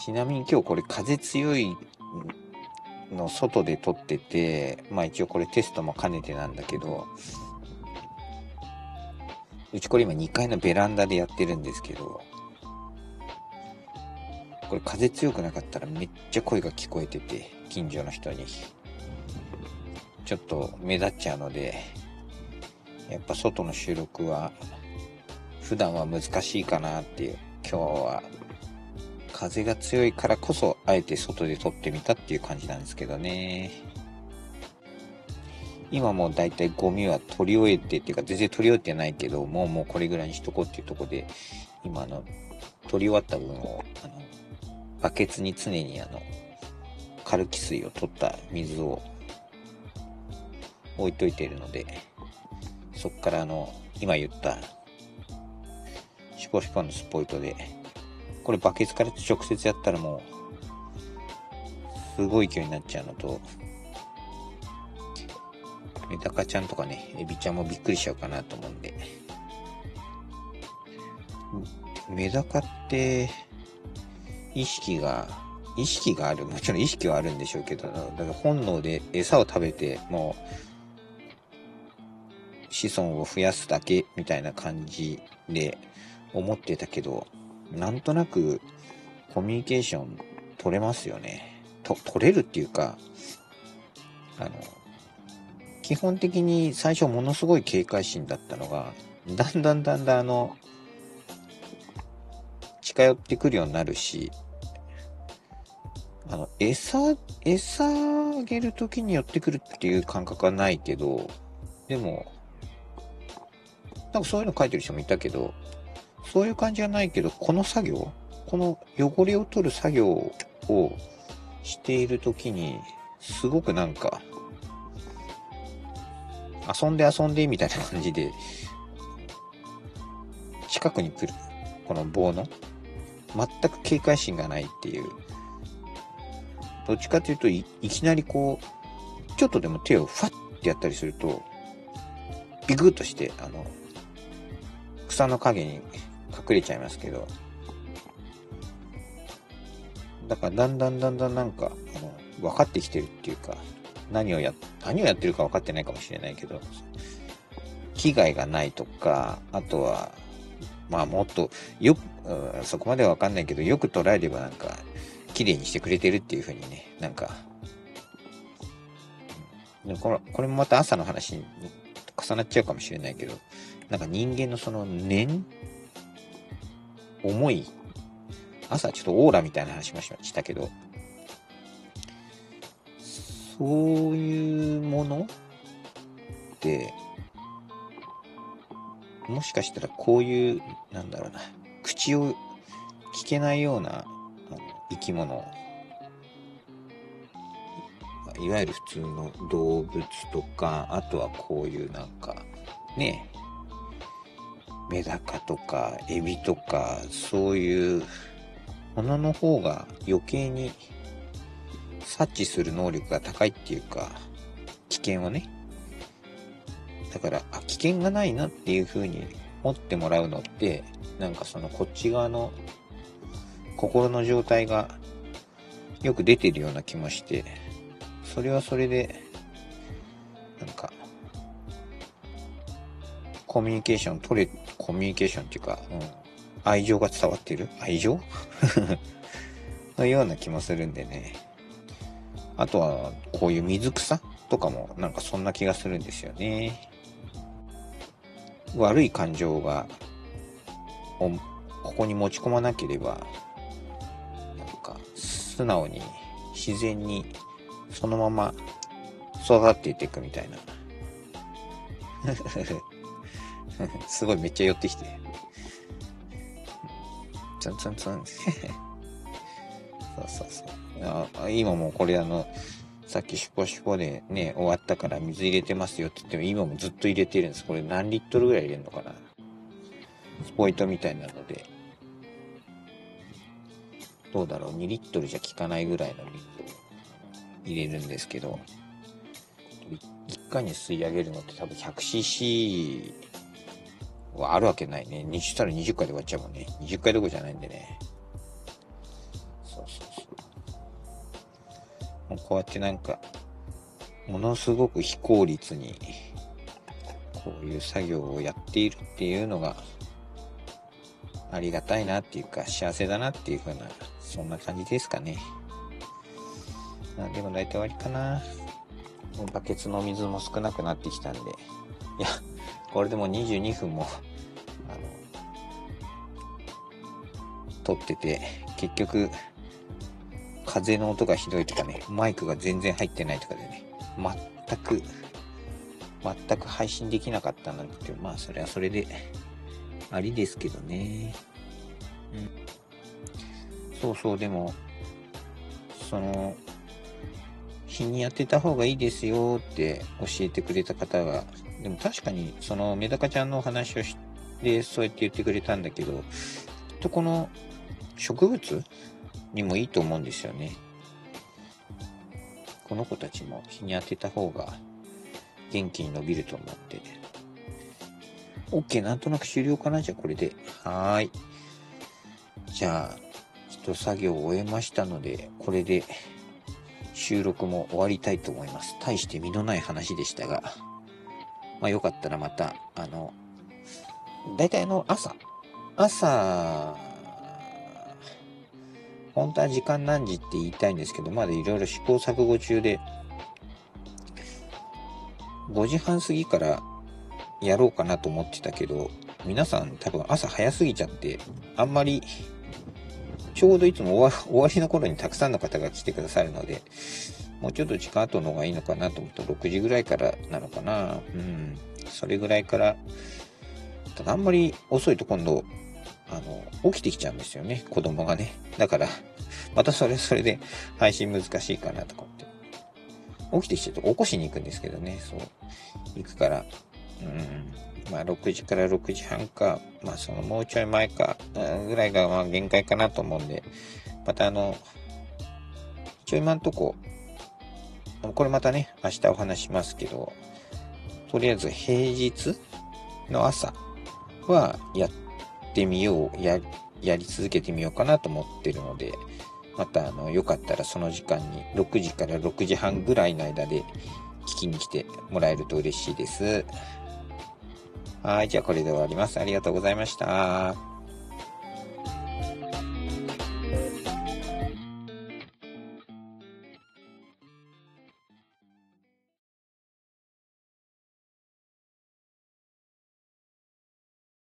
ちなみに今日これ風強いの外で撮ってて、まあ一応これテストも兼ねてなんだけど、うちこれ今2階のベランダでやってるんですけど、これ風強くなかったらめっちゃ声が聞こえてて、近所の人にちょっと目立っちゃうので、やっぱ外の収録は普段は難しいかなっていう、今日は風が強いからこそあえて外で撮ってみたっていう感じなんですけどね。今もうだいたいゴミは取り終えてっていうか、全然取り終えてないけど、もうこれぐらいにしとこうっていうところで、今取り終わった分をバケツに常にカルキ水を取った水を置いといているので、そっから今言ったシュポシュポのスポイトで、これバケツから直接やったらもうすごい勢いになっちゃうのと、メダカちゃんとかね、エビちゃんもびっくりしちゃうかなと思うんで。メダカって意識がある、もちろん意識はあるんでしょうけど、だから本能で餌を食べてもう子孫を増やすだけみたいな感じで思ってたけど、なんとなくコミュニケーション取れますよね。取れるっていうか、基本的に最初ものすごい警戒心だったのが、だんだん近寄ってくるようになるし、餌あげる時に寄ってくるっていう感覚はないけど、でもなんかそういうの書いてる人もいたけど、そういう感じはないけど、この汚れを取る作業をしている時にすごくなんか遊んでみたいな感じで近くに来る、この棒の全く警戒心がないっていう、どっちかというと いきなりこうちょっとでも手をファッてやったりするとビクッとして草の陰に隠れちゃいますけど、だからだんだんなんか分かってきてるっていうか、何をやってるか分かってないかもしれないけど、危害がないとか、あとはまあもっとそこまでは分かんないけど、よく捉えればなんか綺麗にしてくれてるっていう風にね、なんか、これもまた朝の話に重なっちゃうかもしれないけど、なんか人間のその思い、朝ちょっとオーラみたいな話もしたけど、そういうものってもしかしたらこういうなんだろうな、口を聞けないような生き物、いわゆる普通の動物とか、あとはこういうなんかね、メダカとかエビとか、そういうものの方が余計に察知する能力が高いっていうか、危険をね、だから危険がないなっていう風に持ってもらうのって、なんかそのこっち側の心の状態がよく出てるような気もして、それはそれでなんかコミュニケーションっていうか、愛情が伝わってる、愛情のような気もするんでね。あとはこういう水草とかもなんかそんな気がするんですよね。悪い感情がここに持ち込まなければ、なんか素直に自然にそのまま育っていっていくみたいなすごいめっちゃ寄ってきてツンツンツンそう今もこれさっきシュポシュポでね終わったから水入れてますよって言っても、今もずっと入れてるんです。これ何リットルぐらい入れるのかな、スポイトみたいなので、どうだろう、2リットルじゃ効かないぐらいの水を入れるんですけど、1回に吸い上げるのって多分 100cc はあるわけないね。20したら20回で終わっちゃうもんね。20回どころじゃないんでね。 こうやってなんか、ものすごく非効率に、こういう作業をやっているっていうのが、ありがたいなっていうか、幸せだなっていう風な、そんな感じですかね。でも大体終わりかな。もうバケツの水も少なくなってきたんで。いや、これでも22分も、撮ってて、結局、風の音がひどいとかね、マイクが全然入ってないとかでね、全く配信できなかったなんて、まあそれはそれでありですけどね。そうそう、でも、日にやってた方がいいですよって教えてくれた方が、でも確かにメダカちゃんのお話をしてそうやって言ってくれたんだけど、この植物にもいいと思うんですよね。この子たちも日に当てた方が元気に伸びると思って。OK、なんとなく終了かな。じゃあこれで。はーい。じゃあ、一作業を終えましたので、これで収録も終わりたいと思います。大して身のない話でしたが、まあよかったらまた、だいたい朝、本当は時間何時って言いたいんですけど、まだいろいろ試行錯誤中で、5時半過ぎからやろうかなと思ってたけど、皆さん多分朝早すぎちゃって、あんまり、ちょうどいつも終わりの頃にたくさんの方が来てくださるので、もうちょっと時間後の方がいいのかなと思ったら6時ぐらいからなのかな。それぐらいから、ただあんまり遅いと今度、起きてきちゃうんですよね、子供がね。だから、またそれで配信難しいかなとかって。起きてきちゃうと起こしに行くんですけどね、そう。行くから、まあ6時から6時半か、まあもうちょい前か、ぐらいがまあ限界かなと思うんで、またちょいまんとこれまたね、明日お話しますけど、とりあえず平日の朝はやってみよう、やり続けてみようかなと思ってるので、またよかったらその時間に6時から6時半ぐらいの間で聞きに来てもらえると嬉しいです。はい、じゃあこれで終わります。ありがとうございました。